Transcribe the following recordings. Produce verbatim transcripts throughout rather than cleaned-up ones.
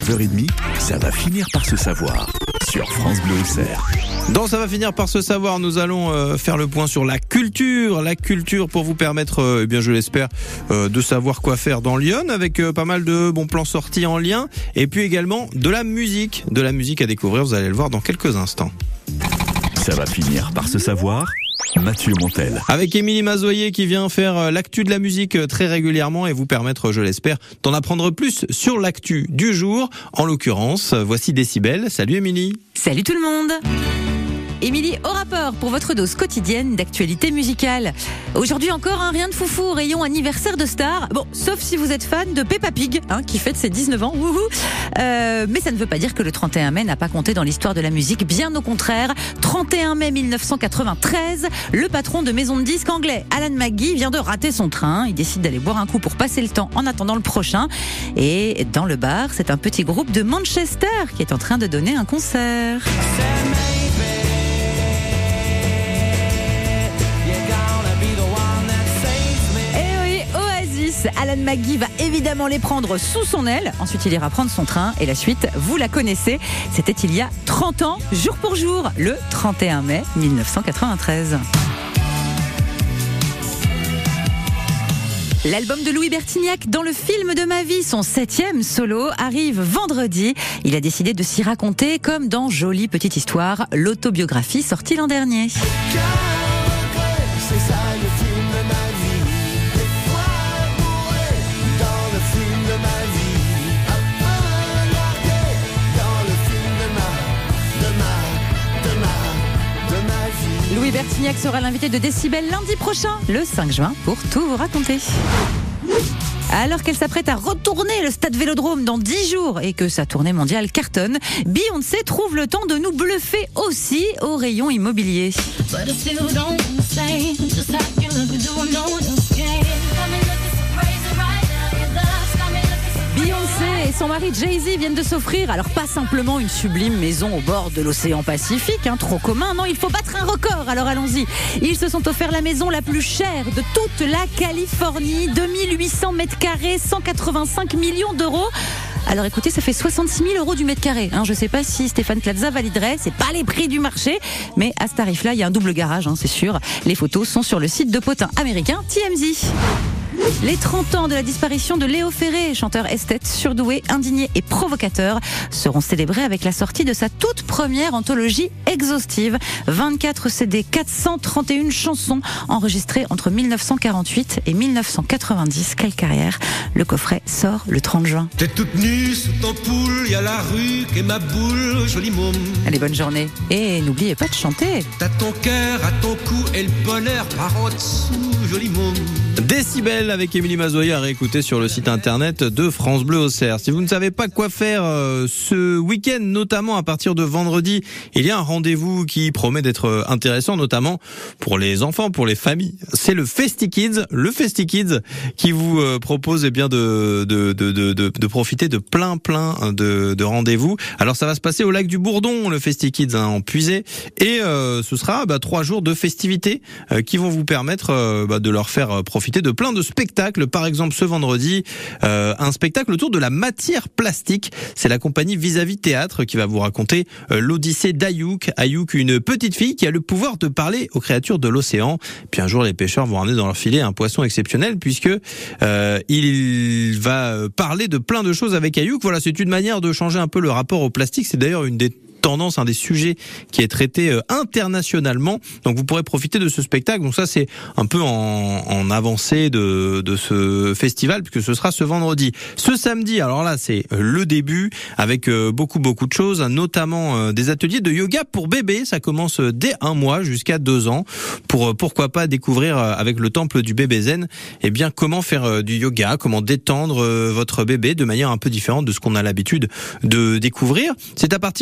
neuf heures trente, ça va finir par se savoir sur France Bleu Auxerre. Dans Ça va finir par se savoir, nous allons euh, faire le point sur la culture. La culture pour vous permettre, euh, eh bien je l'espère, euh, de savoir quoi faire dans Lyon avec euh, pas mal de bons plans sortis en lien. Et puis également de la musique. De la musique à découvrir, vous allez le voir dans quelques instants. Ça va finir par se savoir. Mathieu Montel. Avec Émilie Mazoyer qui vient faire l'actu de la musique très régulièrement et vous permettre, je l'espère, d'en apprendre plus sur l'actu du jour. En l'occurrence, voici Décibel. Salut Émilie. Salut tout le monde. Émilie au rapport pour votre dose quotidienne d'actualité musicale. Aujourd'hui encore, un rien de foufou, rayon anniversaire de star. Bon, sauf si vous êtes fan de Peppa Pig, hein, qui fête ses dix-neuf ans. Wouhou. Euh, mais ça ne veut pas dire que le trente et un mai n'a pas compté dans l'histoire de la musique. Bien au contraire. trente et un mai mille neuf cent quatre-vingt-treize, le patron de maison de disques anglais, Alan McGee, vient de rater son train. Il décide d'aller boire un coup pour passer le temps en attendant le prochain. Et dans le bar, c'est un petit groupe de Manchester qui est en train de donner un concert. Alan McGee va évidemment les prendre sous son aile. Ensuite, il ira prendre son train. Et la suite, vous la connaissez. C'était il y a trente ans, jour pour jour, le trente et un mai mille neuf cent quatre-vingt-treize. L'album de Louis Bertignac dans le film de ma vie, son septième solo, arrive vendredi. Il a décidé de s'y raconter comme dans Jolie petite histoire, l'autobiographie sortie l'an dernier. C'est ça le film de ma vie. Louis Bertignac sera l'invité de Décibel lundi prochain, le cinq juin, pour tout vous raconter. Alors qu'elle s'apprête à retourner le stade Vélodrome dans dix jours et que sa tournée mondiale cartonne, Beyoncé trouve le temps de nous bluffer aussi au rayon immobilier. Beyoncé et son mari Jay-Z viennent de s'offrir, alors pas simplement une sublime maison au bord de l'océan Pacifique, hein, trop commun, non, il faut battre un record, alors allons-y. Ils se sont offerts la maison la plus chère de toute la Californie, deux mille huit cents mètres carrés, cent quatre-vingt-cinq millions d'euros. Alors écoutez, ça fait soixante-six mille euros du mètre carré. Hein. Je ne sais pas si Stéphane Plaza validerait, c'est pas les prix du marché, mais à ce tarif-là, il y a un double garage, hein, c'est sûr. Les photos sont sur le site de potin américain T M Z. Les trente ans de la disparition de Léo Ferré, chanteur esthète, surdoué, indigné et provocateur, seront célébrés avec la sortie de sa toute première anthologie exhaustive. vingt-quatre C D, quatre cent trente et une chansons enregistrées entre mille neuf cent quarante-huit et mille neuf cent quatre-vingt-dix. Quelle carrière! Le coffret sort le trente juin. T'es toute nue sous ton poule, y a la rue qu'est ma boule, jolie môme. Allez, bonne journée. Et n'oubliez pas de chanter. T'as ton cœur à ton cou et le bonheur par en dessous, jolie môme. Décibel avec Émilie Mazoyer à réécouter sur le site internet de France Bleu Auxerre. Si vous ne savez pas quoi faire euh, ce week-end, notamment à partir de vendredi, il y a un rendez-vous qui promet d'être intéressant, notamment pour les enfants, pour les familles. C'est le FestiKids, le FestiKids qui vous euh, propose eh bien de, de, de, de, de, de profiter de plein plein de, de rendez-vous. Alors ça va se passer au lac du Bourdon, le FestiKids hein, en Puisée, et euh, ce sera bah, trois jours de festivités euh, qui vont vous permettre euh, bah, de leur faire profiter de plein de spectacles. Par exemple, ce vendredi, euh, un spectacle autour de la matière plastique. C'est la compagnie Vis-à-vis Théâtre qui va vous raconter euh, l'odyssée d'Ayouk. Ayouk, une petite fille qui a le pouvoir de parler aux créatures de l'océan. Puis un jour, les pêcheurs vont ramener dans leur filet un poisson exceptionnel puisque euh, il va parler de plein de choses avec Ayouk. Voilà, c'est une manière de changer un peu le rapport au plastique. C'est d'ailleurs une des tendance, un des sujets qui est traité euh, internationalement. Donc vous pourrez profiter de ce spectacle. Donc ça c'est un peu en, en avancée de, de ce festival puisque ce sera ce vendredi. Ce samedi, alors là c'est le début avec euh, beaucoup beaucoup de choses, notamment euh, des ateliers de yoga pour bébés. Ça commence dès un mois jusqu'à deux ans pour euh, pourquoi pas découvrir euh, avec le temple du bébé zen eh bien comment faire euh, du yoga, comment détendre euh, votre bébé de manière un peu différente de ce qu'on a l'habitude de découvrir. C'est à partir de onze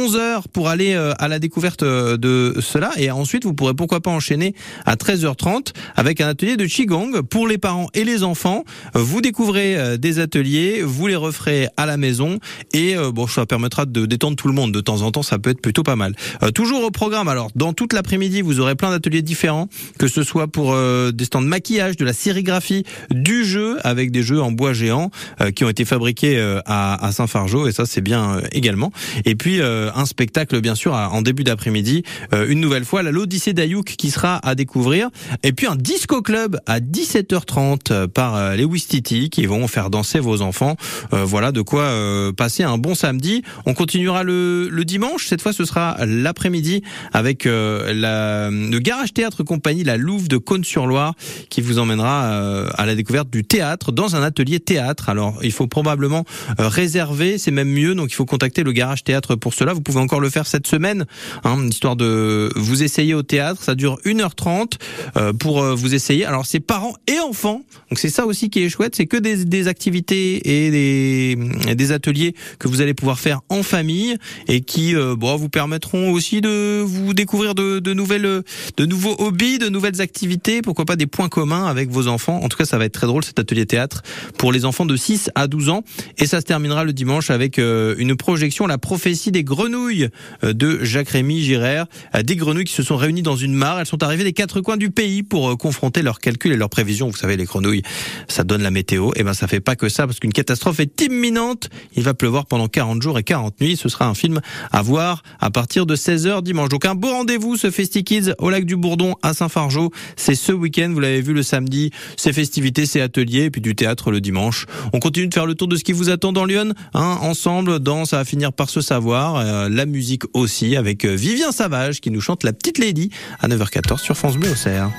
onze heures pour aller euh, à la découverte de cela. Et ensuite, vous pourrez pourquoi pas enchaîner à treize heures trente avec un atelier de Qigong pour les parents et les enfants. Vous découvrez euh, des ateliers, vous les referez à la maison et euh, bon, ça permettra de détendre tout le monde. De temps en temps, ça peut être plutôt pas mal. Euh, toujours au programme, alors dans toute l'après-midi, vous aurez plein d'ateliers différents, que ce soit pour euh, des stands de maquillage, de la sérigraphie, du jeu avec des jeux en bois géant euh, qui ont été fabriqués euh, à, à Saint-Fargeau, et ça c'est bien euh, également. Et puis euh, un spectacle bien sûr à, en début d'après-midi, euh, une nouvelle fois la l'Odyssée d'Ayouk qui sera à découvrir, et puis un disco club à dix-sept heures trente euh, par euh, les Ouistiti qui vont faire danser vos enfants. Euh, voilà de quoi euh, passer un bon samedi. On continuera le, le dimanche, cette fois ce sera l'après-midi avec euh, la, le Garage Théâtre Compagnie, la Louve de Cône-sur-Loire, qui vous emmènera euh, à la découverte du théâtre dans un atelier théâtre. Alors il faut probablement euh, réserver, c'est même mieux, donc il faut contacter le Garage Théâtre pour cela. Vous pouvez encore le faire cette semaine, hein, histoire de vous essayer au théâtre. Ça dure une heure trente euh, pour euh, vous essayer. Alors c'est parents et enfants, donc c'est ça aussi qui est chouette, c'est que des, des activités et des, des ateliers que vous allez pouvoir faire en famille et qui euh, bon, vous permettront aussi de vous découvrir de, de nouvelles, de nouveaux hobbies, de nouvelles activités, pourquoi pas des points communs avec vos enfants. En tout cas, ça va être très drôle cet atelier théâtre pour les enfants de six à douze ans, et ça se terminera le dimanche avec euh, une projection, la prophétie des grenouilles euh, de Jacques-Rémy Girard, euh, des grenouilles qui se sont réunies dans une mare. Elles sont arrivées des quatre coins du pays pour euh, confronter leurs calculs et leurs prévisions. Vous savez, les grenouilles, ça donne la météo. Et ben, ça fait pas que ça, parce qu'une catastrophe est imminente. Il va pleuvoir pendant quarante jours et quarante nuits. Ce sera un film à voir à partir de seize heures dimanche. Donc un beau rendez-vous, ce Festi-Kids au lac du Bourdon à Saint-Fargeau. C'est ce week-end, vous l'avez vu le samedi, ces festivités, ces ateliers, et puis du théâtre le dimanche. On continue de faire le tour de ce qui vous attend dans Lyon, hein, ensemble, dans Ça va finir par se savoir, euh, la musique aussi, avec euh, Vivien Savage qui nous chante La Petite Lady à neuf heures quatorze sur France Bleu Auxerre.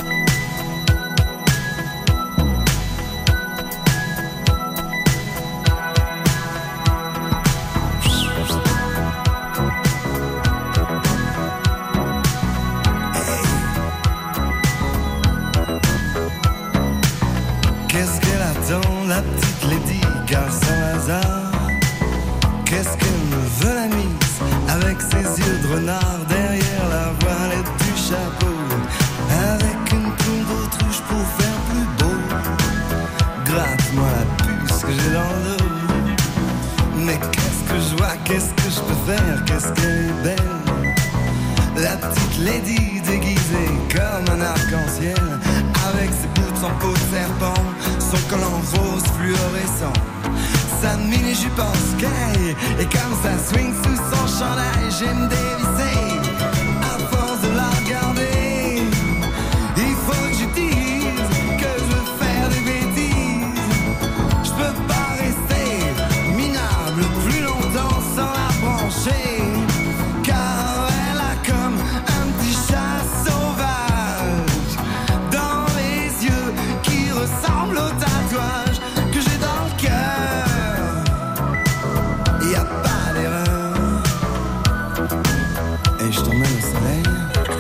Qu'est-ce qu'elle attend, la petite lady, car sans hasard. Qu'est-ce qu'elle me veut la mise, avec ses yeux de renard derrière la voilette du chapeau, avec une plume d'autruche pour faire plus beau. Gratte-moi la puce que j'ai dans le dos. Mais qu'est-ce que je vois, qu'est-ce que je peux faire, qu'est-ce qu'elle est belle. La petite lady déguisée comme un arc-en-ciel, avec ses boots en peau de serpent, son collant rose fluorescent, sa mini-jupe en sky, et comme ça swing sous son chandail, j'aime dévisser, à force de la regarder. Il faut que je dise que je veux faire des bêtises. Je peux pas rester minable plus longtemps sans la brancher, car elle a comme un petit chat sauvage dans les yeux qui ressemblent au tatouage que j'ai dans le cœur. Y a pas d'erreur, et je t'emmène au soleil.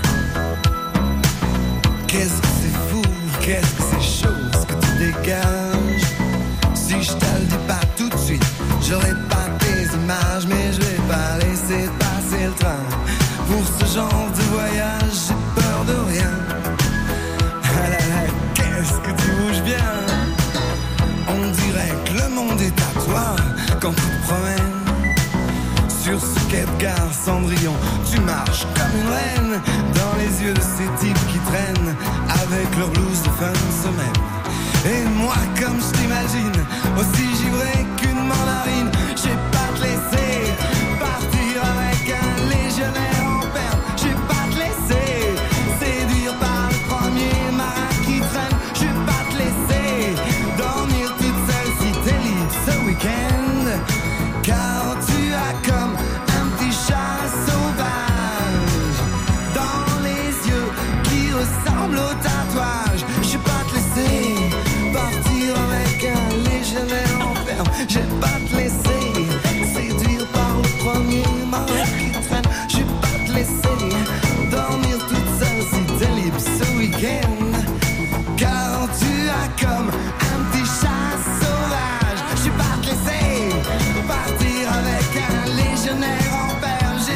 Qu'est-ce que c'est fou, qu'est-ce que c'est chaud ce que tu dégages. Si je te le dis pas tout de suite, j'aurai pas tes images, mais je vais pas laisser passer le train. Pour ce genre de voyage, j'ai peur de rien. Ah là là, qu'est-ce que tu bouges bien. On dirait que le monde est à toi quand tu te promènes. Sur ce quai de gare Cendrillon, tu marches comme une reine dans les yeux de ces types qui traînent avec leur blouse de fin de semaine. Et moi, comme je t'imagine, aussi givré qu'une mandarine, je vais pas te laisser partir avec un légionnaire en perme. Je vais pas te laisser séduire par le premier marin qui traîne. Je vais pas te laisser dormir toute seule si t'es libre ce week-end, car tu as comme un petit chat sauvage dans les yeux qui ressemblent au tatouage. Je vais pas te laisser partir avec un légionnaire en ferme. Je vais pas te laisser séduire par le premier marin qui traîne. Je vais pas te laisser dormir toute seule si t'es libre ce week-end, car tu as comme un petit chat sauvage. Je vais pas te laisser partir avec un légionnaire en perme. Je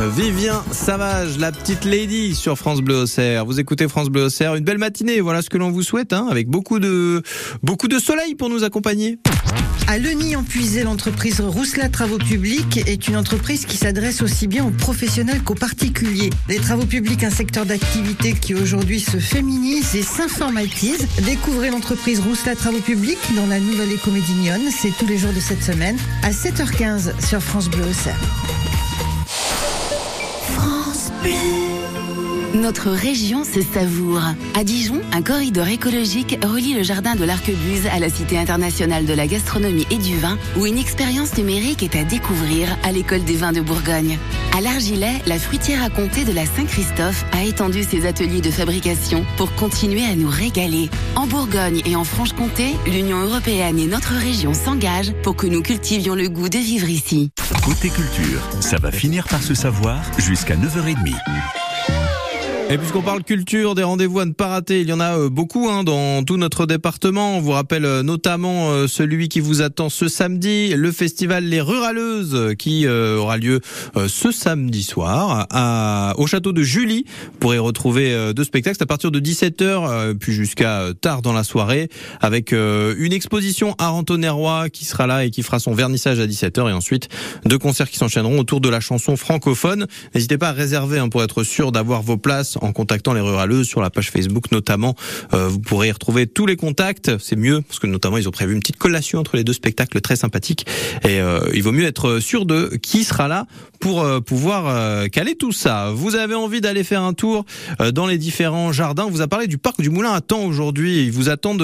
Vivien Savage, la petite lady sur France Bleu Auxerre. Vous écoutez France Bleu Auxerre, une belle matinée, voilà ce que l'on vous souhaite, hein, avec beaucoup de, beaucoup de soleil pour nous accompagner. À Leuny-en-Puisay, l'entreprise Rousselat Travaux Publics est une entreprise qui s'adresse aussi bien aux professionnels qu'aux particuliers. Les travaux publics, un secteur d'activité qui aujourd'hui se féminise et s'informatise. Découvrez l'entreprise Rousselat Travaux Publics dans la nouvelle Comédie Nyonne. C'est tous les jours de cette semaine à sept heures quinze sur France Bleu Auxerre. France Bleu. Notre région se savoure. À Dijon, un corridor écologique relie le jardin de l'Arquebuse à la Cité internationale de la gastronomie et du vin, où une expérience numérique est à découvrir à l'École des vins de Bourgogne. À l'Argilet, la fruitière à comté de la Saint-Christophe a étendu ses ateliers de fabrication pour continuer à nous régaler. En Bourgogne et en Franche-Comté, l'Union européenne et notre région s'engagent pour que nous cultivions le goût de vivre ici. Côté culture, ça va finir par se savoir jusqu'à neuf heures trente. Et puisqu'on parle culture, des rendez-vous à ne pas rater, il y en a euh, beaucoup hein, dans tout notre département. On vous rappelle euh, notamment euh, celui qui vous attend ce samedi, le festival Les Ruraleuses, qui euh, aura lieu euh, ce samedi soir à, au château de Julie. Vous pourrez retrouver euh, deux spectacles à partir de dix-sept heures, euh, puis jusqu'à euh, tard dans la soirée, avec euh, une exposition à Rantonnerrois qui sera là et qui fera son vernissage à dix-sept heures, et ensuite deux concerts qui s'enchaîneront autour de la chanson francophone. N'hésitez pas à réserver hein, pour être sûr d'avoir vos places en contactant les Ruraleuses sur la page Facebook notamment. Euh, vous pourrez y retrouver tous les contacts. C'est mieux parce que notamment ils ont prévu une petite collation entre les deux spectacles très sympathique. Et euh, il vaut mieux être sûr de qui sera là pour euh, pouvoir euh, caler tout ça. Vous avez envie d'aller faire un tour euh, dans les différents jardins. On vous a parlé du parc du Moulin à Taon aujourd'hui. Ils vous attendent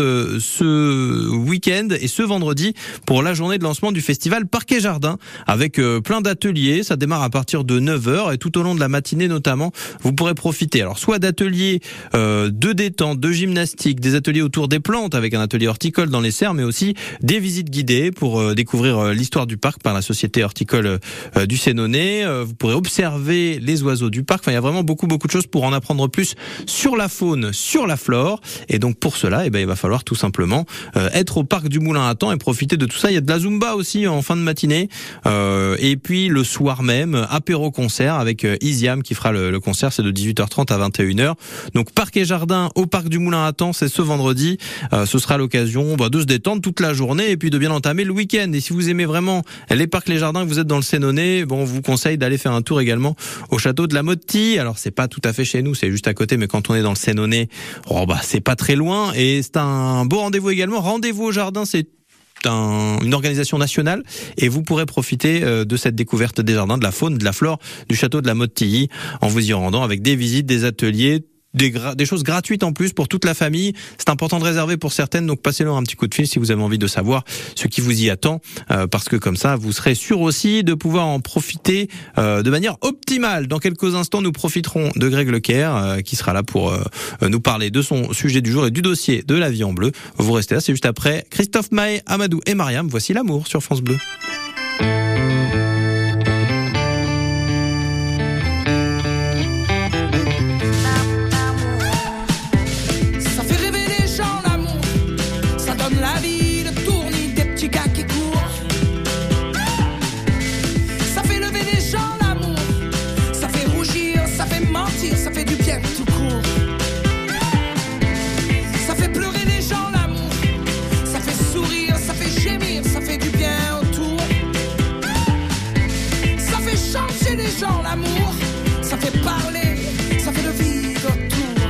ce week-end et ce vendredi pour la journée de lancement du festival Parc et Jardin avec euh, plein d'ateliers. Ça démarre à partir de neuf heures et tout au long de la matinée notamment, vous pourrez profiter. Alors soit d'ateliers euh, de détente, de gymnastique, des ateliers autour des plantes avec un atelier horticole dans les serres, mais aussi des visites guidées pour euh, découvrir euh, l'histoire du parc par la société horticole euh, du Sénonais. Euh, vous pourrez observer les oiseaux du parc. Enfin, il y a vraiment beaucoup beaucoup de choses pour en apprendre plus sur la faune, sur la flore. Et donc pour cela, eh ben, il va falloir tout simplement euh, être au parc du Moulin à Taon et profiter de tout ça. Il y a de la Zumba aussi en fin de matinée. Euh, et puis le soir même, apéro concert avec euh, Isiam qui fera le, le concert. C'est de dix-huit heures trente à vingt et une heures. Donc parc et jardin au parc du Moulin à Taon, c'est ce vendredi. Euh, ce sera l'occasion bah, de se détendre toute la journée et puis de bien entamer le week-end. Et si vous aimez vraiment les parcs, les jardins, que vous êtes dans le Sénonais, bon, on vous conseille d'aller faire un tour également au château de la Motte-Tille. Alors c'est pas tout à fait chez nous, c'est juste à côté, mais quand on est dans le Sénonais, oh bah c'est pas très loin et c'est un beau rendez-vous également. Rendez-vous au jardin, c'est Un, une organisation nationale et vous pourrez profiter euh, de cette découverte des jardins, de la faune, de la flore du château de la Motte-Tille en vous y rendant avec des visites, des ateliers, des, gra- des choses gratuites en plus pour toute la famille. C'est important de réserver pour certaines, donc passez-leur un petit coup de fil si vous avez envie de savoir ce qui vous y attend, euh, parce que comme ça vous serez sûr aussi de pouvoir en profiter euh, de manière optimale. Dans quelques instants nous profiterons de Greg Leclerc euh, qui sera là pour euh, nous parler de son sujet du jour et du dossier de la vie en bleu. Vous restez là, c'est juste après Christophe Maé, Amadou et Mariam. Voici l'amour sur France Bleu. L'amour, ça fait parler, ça fait de vivre autour.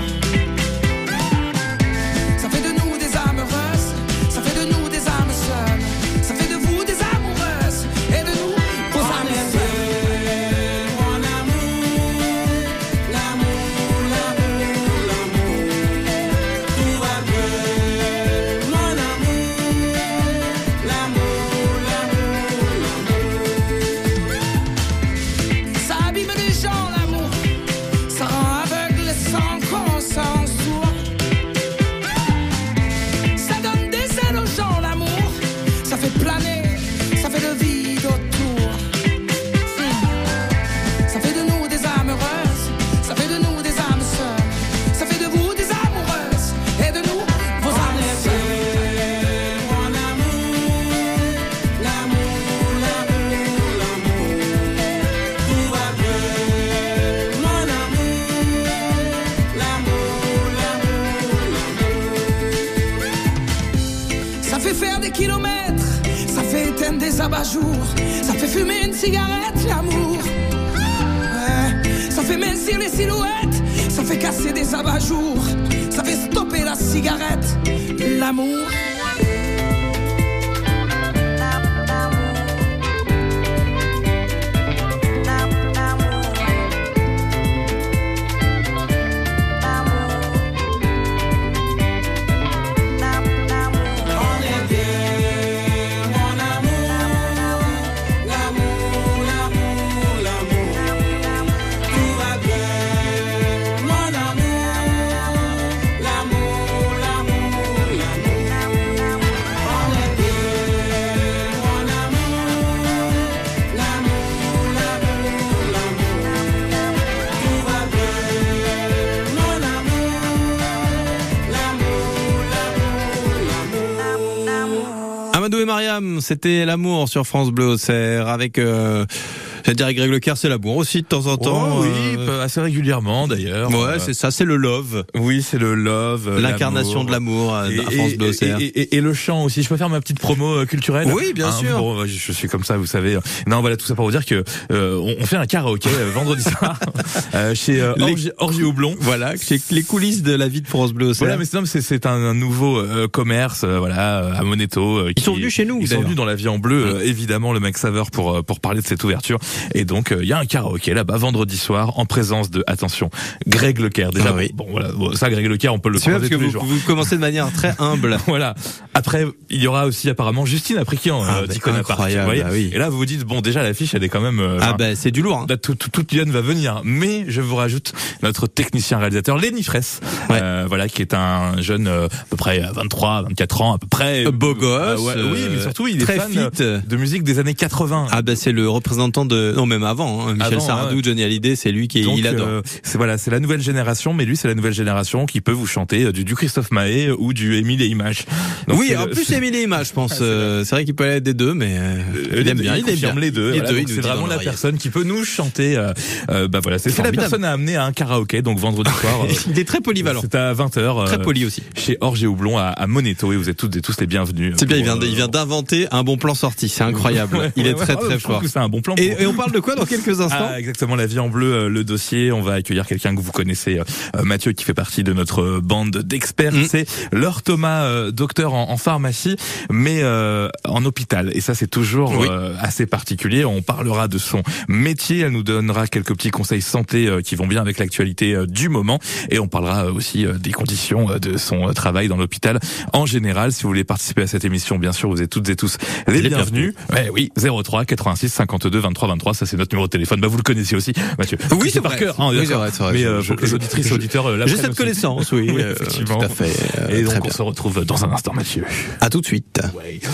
Ça fait de nous des âmes heureuses, ça fait de nous des âmes seules, ça fait de vous des amoureuses et de nous vos âmes seules. Mon amour, l'amour, l'amour, l'amour, tout va bien. Mon amour, l'amour, l'amour, l'amour. Ça abîme les gens l'amour, faire des kilomètres, ça fait éteindre des abat-jours, ça fait fumer une cigarette, l'amour. Ouais, ça fait mincir les silhouettes, ça fait casser des abat-jours, ça fait stopper la cigarette, l'amour. Amadou et Mariam, c'était l'amour sur France Bleu Auxerre avec euh, j'allais dire Greg Leclerc, c'est l'amour aussi de temps en temps. Oh, oui, euh... assez régulièrement d'ailleurs. Ouais, euh... c'est ça, c'est le love. Oui, c'est le love. L'incarnation de l'amour à et, France Bleu Auxerre. Et, et, et, et le chant aussi. Je peux faire ma petite promo culturelle. Oui, bien hein, sûr. Bon, je suis comme ça, vous savez. Non, voilà, tout ça pour vous dire que euh, on fait un karaoké euh, vendredi soir euh, chez euh, Orgie, Orgie Houblon. Voilà, chez les coulisses de la vie de France Bleu Auxerre. Voilà, mais c'est, c'est, c'est un, un nouveau euh, commerce, euh, voilà, à Moneto. Euh, ils sont venus chez nous. Ils d'ailleurs. sont venus dans la vie en bleu, euh, évidemment, le Max Saveur pour pour parler de cette ouverture. Et donc, il euh, y a un karaoké là-bas vendredi soir en présence de, attention, Greg Leclerc. Déjà, ah, oui. bon, voilà, bon, ça, Greg Leclerc, on peut le croiser tous que les vous, jours. Vous commencez de manière très humble. Voilà. Après, il y aura aussi apparemment Justine Apriquian, ah, euh, d'Icona Park. Bah oui. Et là, vous vous dites, bon, déjà l'affiche, elle est quand même. Euh, ah ben, bah, c'est du lourd. Hein. Là, tout, tout, toute Lyon va venir. Mais je vous rajoute notre technicien réalisateur, Lenny Fraisse, ouais. euh, voilà, qui est un jeune, euh, à peu près vingt-trois, vingt-quatre ans, à peu près. Euh, beau gosse. Euh, ouais, euh, oui, mais surtout, il est très fan fit. de musique des années quatre-vingts. Ah ben, bah, c'est le représentant de, non, même avant, hein, Michel avant, Sardou, ouais. Johnny Hallyday, c'est lui qui, Donc, il adore. Euh, c'est voilà, c'est la nouvelle génération, mais lui, c'est la nouvelle génération qui peut vous chanter euh, du, du Christophe Maé ou du Émile et Images. Donc, oui, c'est en le, plus c'est... Émile et Images, je pense. euh, c'est vrai qu'il peut aller des deux, mais euh, il, il aime bien. Il, il aime bien les deux. Les voilà, deux donc c'est vraiment la personne qui peut nous chanter. Euh, euh, bah voilà, c'est, c'est la personne à amener à un karaoké, donc vendredi soir. Euh, il est très polyvalent. C'est à vingt heures. Très poli aussi. Chez Orgie Houblon à, à Moneto, et vous êtes toutes et tous les bienvenus. C'est bien, il vient, euh, il vient d'inventer un bon plan sorti. C'est incroyable. Ouais, il ouais, est très ouais, très je fort. Que c'est un bon plan. Pour... Et, et on parle de quoi dans quelques instants? Ah, exactement, la vie en bleu, euh, le dossier. On va accueillir quelqu'un que vous connaissez, euh, Mathieu, qui fait partie de notre bande d'experts. Mm. C'est Laure Thomas, euh, docteur en, en pharmacie, mais euh, en hôpital. Et ça, c'est toujours oui. euh, assez particulier. On parlera de son métier. Elle nous donnera quelques petits conseils santé euh, qui vont bien avec l'actualité euh, du moment. Et on parlera euh, aussi euh, des conditions euh, de son euh, travail dans l'hôpital en général. Si vous voulez participer à cette émission, bien sûr, vous êtes toutes et tous les, les bienvenus. bienvenus. Ouais, oui, zéro trois quatre-vingt-six cinquante-deux vingt-trois vingt-trois. Ça, c'est notre numéro de téléphone. Bah, vous le connaissez aussi, Mathieu. Oui, c'est par vrai. cœur. Hein, oui, c'est vrai, c'est vrai. Mais je, euh, je, faut que les auditrices, auditeurs, euh, j'ai cette aussi. connaissance, oui, oui euh, effectivement. Tout à fait. Euh, et donc, très on bien. se retrouve dans un instant, Mathieu. À tout de suite. Ouais.